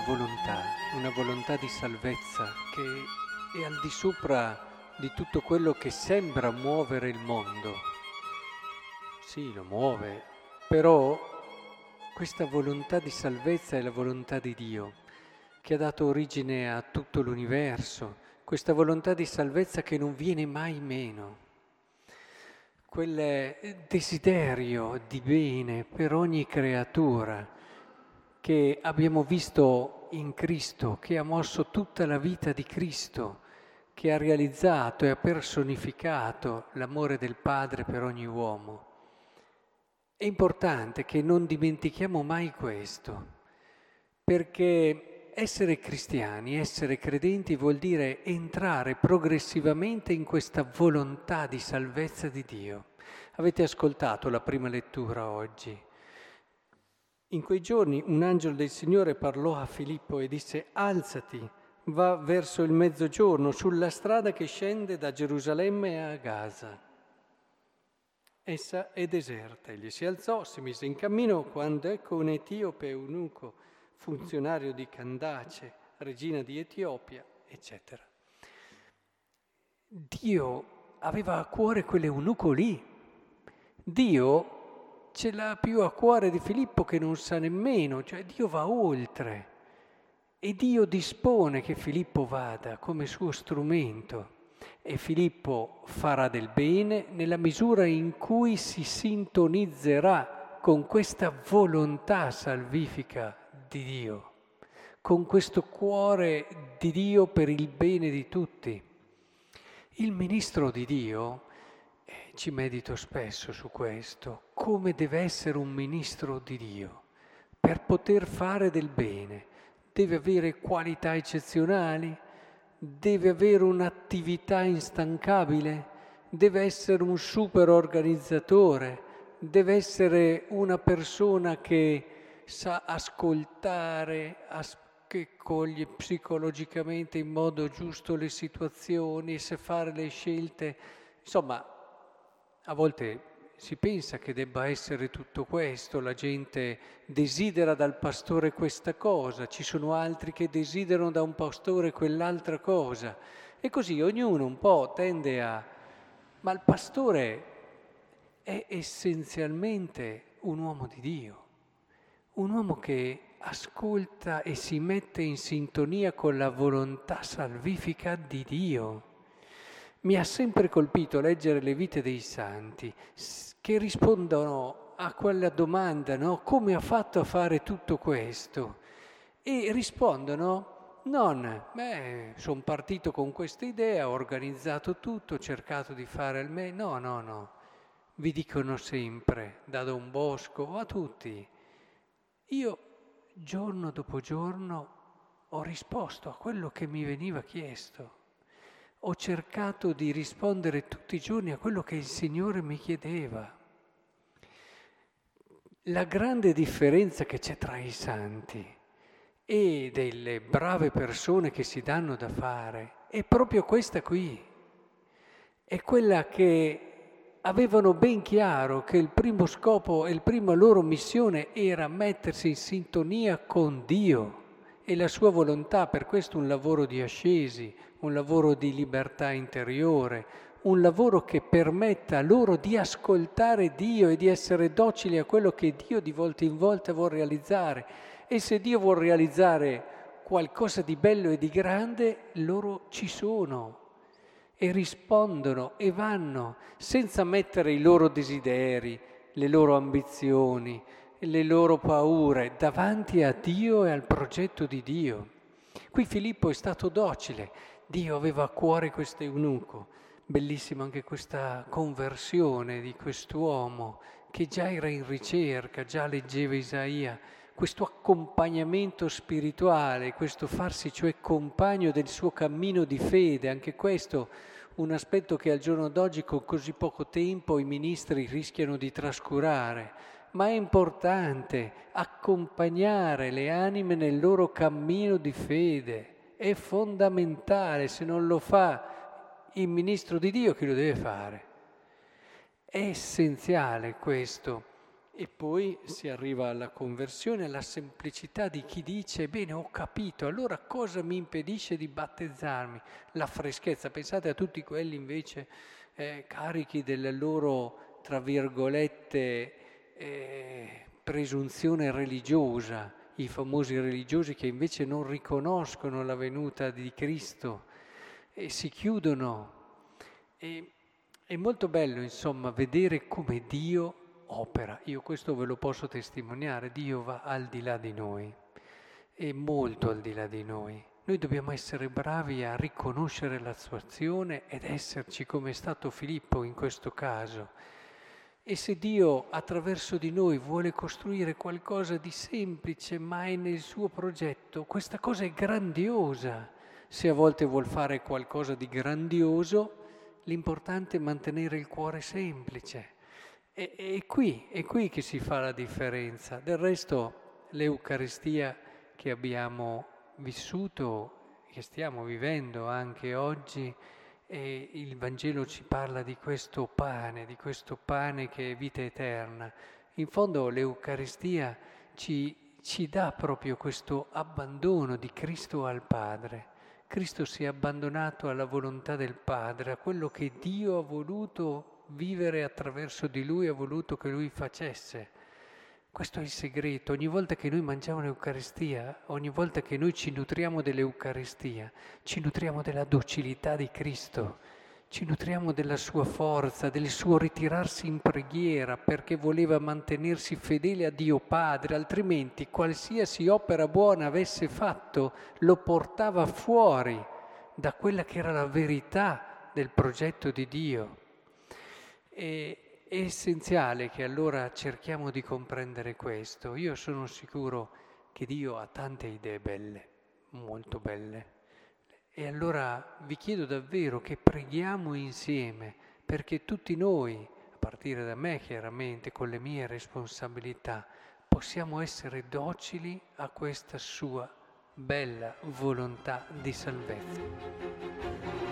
una volontà di salvezza che è al di sopra di tutto quello che sembra muovere il mondo. Sì, lo muove, però questa volontà di salvezza è la volontà di Dio, che ha dato origine a tutto l'universo, questa volontà di salvezza che non viene mai meno, quel desiderio di bene per ogni creatura che abbiamo visto in Cristo, che ha mosso tutta la vita di Cristo, che ha realizzato e ha personificato l'amore del Padre per ogni uomo. È importante che non dimentichiamo mai questo, perché essere cristiani, essere credenti vuol dire entrare progressivamente in questa volontà di salvezza di Dio. Avete ascoltato la prima lettura oggi. In quei giorni un angelo del Signore parlò a Filippo e disse: alzati, va verso il mezzogiorno sulla strada che scende da Gerusalemme a Gaza. Essa è deserta. Egli si alzò, si mise in cammino, quando ecco un etiope eunuco, funzionario di Candace, regina di Etiopia, eccetera. Dio aveva a cuore quell'eunuco lì. Dio ce l'ha più a cuore di Filippo che non sa nemmeno, cioè Dio va oltre e Dio dispone che Filippo vada come suo strumento e Filippo farà del bene nella misura in cui si sintonizzerà con questa volontà salvifica di Dio, con questo cuore di Dio per il bene di tutti. Il ministro di Dio, ci medito spesso su questo, come deve essere un ministro di Dio. Per poter fare del bene deve avere qualità eccezionali, deve avere un'attività instancabile, deve essere un super organizzatore, deve essere una persona che sa ascoltare, che coglie psicologicamente in modo giusto le situazioni, sa fare le scelte. Insomma, a volte si pensa che debba essere tutto questo, la gente desidera dal pastore questa cosa, ci sono altri che desiderano da un pastore quell'altra cosa e così ognuno un po' tende a... Ma il pastore è essenzialmente un uomo di Dio, un uomo che ascolta e si mette in sintonia con la volontà salvifica di Dio. Mi ha sempre colpito leggere le vite dei santi che rispondono a quella domanda, no? Come ha fatto a fare tutto questo? E rispondono, non, sono partito con questa idea, ho organizzato tutto, ho cercato di fare al meglio. No. Vi dicono sempre, da Don Bosco a tutti, io giorno dopo giorno ho risposto a quello che mi veniva chiesto. Ho cercato di rispondere tutti i giorni a quello che il Signore mi chiedeva. La grande differenza che c'è tra i santi e delle brave persone che si danno da fare è proprio questa qui. È quella che avevano ben chiaro che il primo scopo e la prima loro missione era mettersi in sintonia con Dio e la sua volontà, per questo un lavoro di ascesi, un lavoro di libertà interiore, un lavoro che permetta loro di ascoltare Dio e di essere docili a quello che Dio di volta in volta vuol realizzare. E se Dio vuol realizzare qualcosa di bello e di grande, loro ci sono e rispondono e vanno senza mettere i loro desideri, le loro ambizioni, le loro paure davanti a Dio e al progetto di Dio. Qui Filippo è stato docile, Dio aveva a cuore questo eunuco. Bellissima anche questa conversione di quest'uomo che già era in ricerca, già leggeva Isaia, questo accompagnamento spirituale, questo farsi cioè compagno del suo cammino di fede, anche questo un aspetto che al giorno d'oggi con così poco tempo i ministri rischiano di trascurare, ma è importante accompagnare le anime nel loro cammino di fede, è fondamentale, se non lo fa il ministro di Dio chi lo deve fare? È essenziale questo. E poi si arriva alla conversione, alla semplicità di chi dice, bene, ho capito, allora cosa mi impedisce di battezzarmi? La freschezza. Pensate a tutti quelli invece carichi della loro, tra virgolette, presunzione religiosa, i famosi religiosi che invece non riconoscono la venuta di Cristo e si chiudono. È molto bello, insomma, vedere come Dio opera. Io questo ve lo posso testimoniare, Dio va al di là di noi, è molto al di là di noi. Noi dobbiamo essere bravi a riconoscere la sua azione ed esserci come è stato Filippo in questo caso. E se Dio attraverso di noi vuole costruire qualcosa di semplice ma è nel suo progetto, questa cosa è grandiosa. Se a volte vuol fare qualcosa di grandioso, l'importante è mantenere il cuore semplice. È qui che si fa la differenza. Del resto l'Eucaristia che abbiamo vissuto, che stiamo vivendo anche oggi, e il Vangelo ci parla di questo pane che è vita eterna. In fondo l'Eucaristia ci dà proprio questo abbandono di Cristo al Padre. Cristo si è abbandonato alla volontà del Padre, a quello che Dio ha voluto vivere attraverso di Lui, ha voluto che Lui facesse. Questo è il segreto. Ogni volta che noi mangiamo l'Eucaristia, ogni volta che noi ci nutriamo dell'Eucaristia, ci nutriamo della docilità di Cristo, ci nutriamo della sua forza, del suo ritirarsi in preghiera perché voleva mantenersi fedele a Dio Padre, altrimenti qualsiasi opera buona avesse fatto lo portava fuori da quella che era la verità del progetto di Dio. È essenziale che allora cerchiamo di comprendere questo. Io sono sicuro che Dio ha tante idee belle, molto belle. E allora vi chiedo davvero che preghiamo insieme perché tutti noi, a partire da me chiaramente, con le mie responsabilità, possiamo essere docili a questa sua bella volontà di salvezza.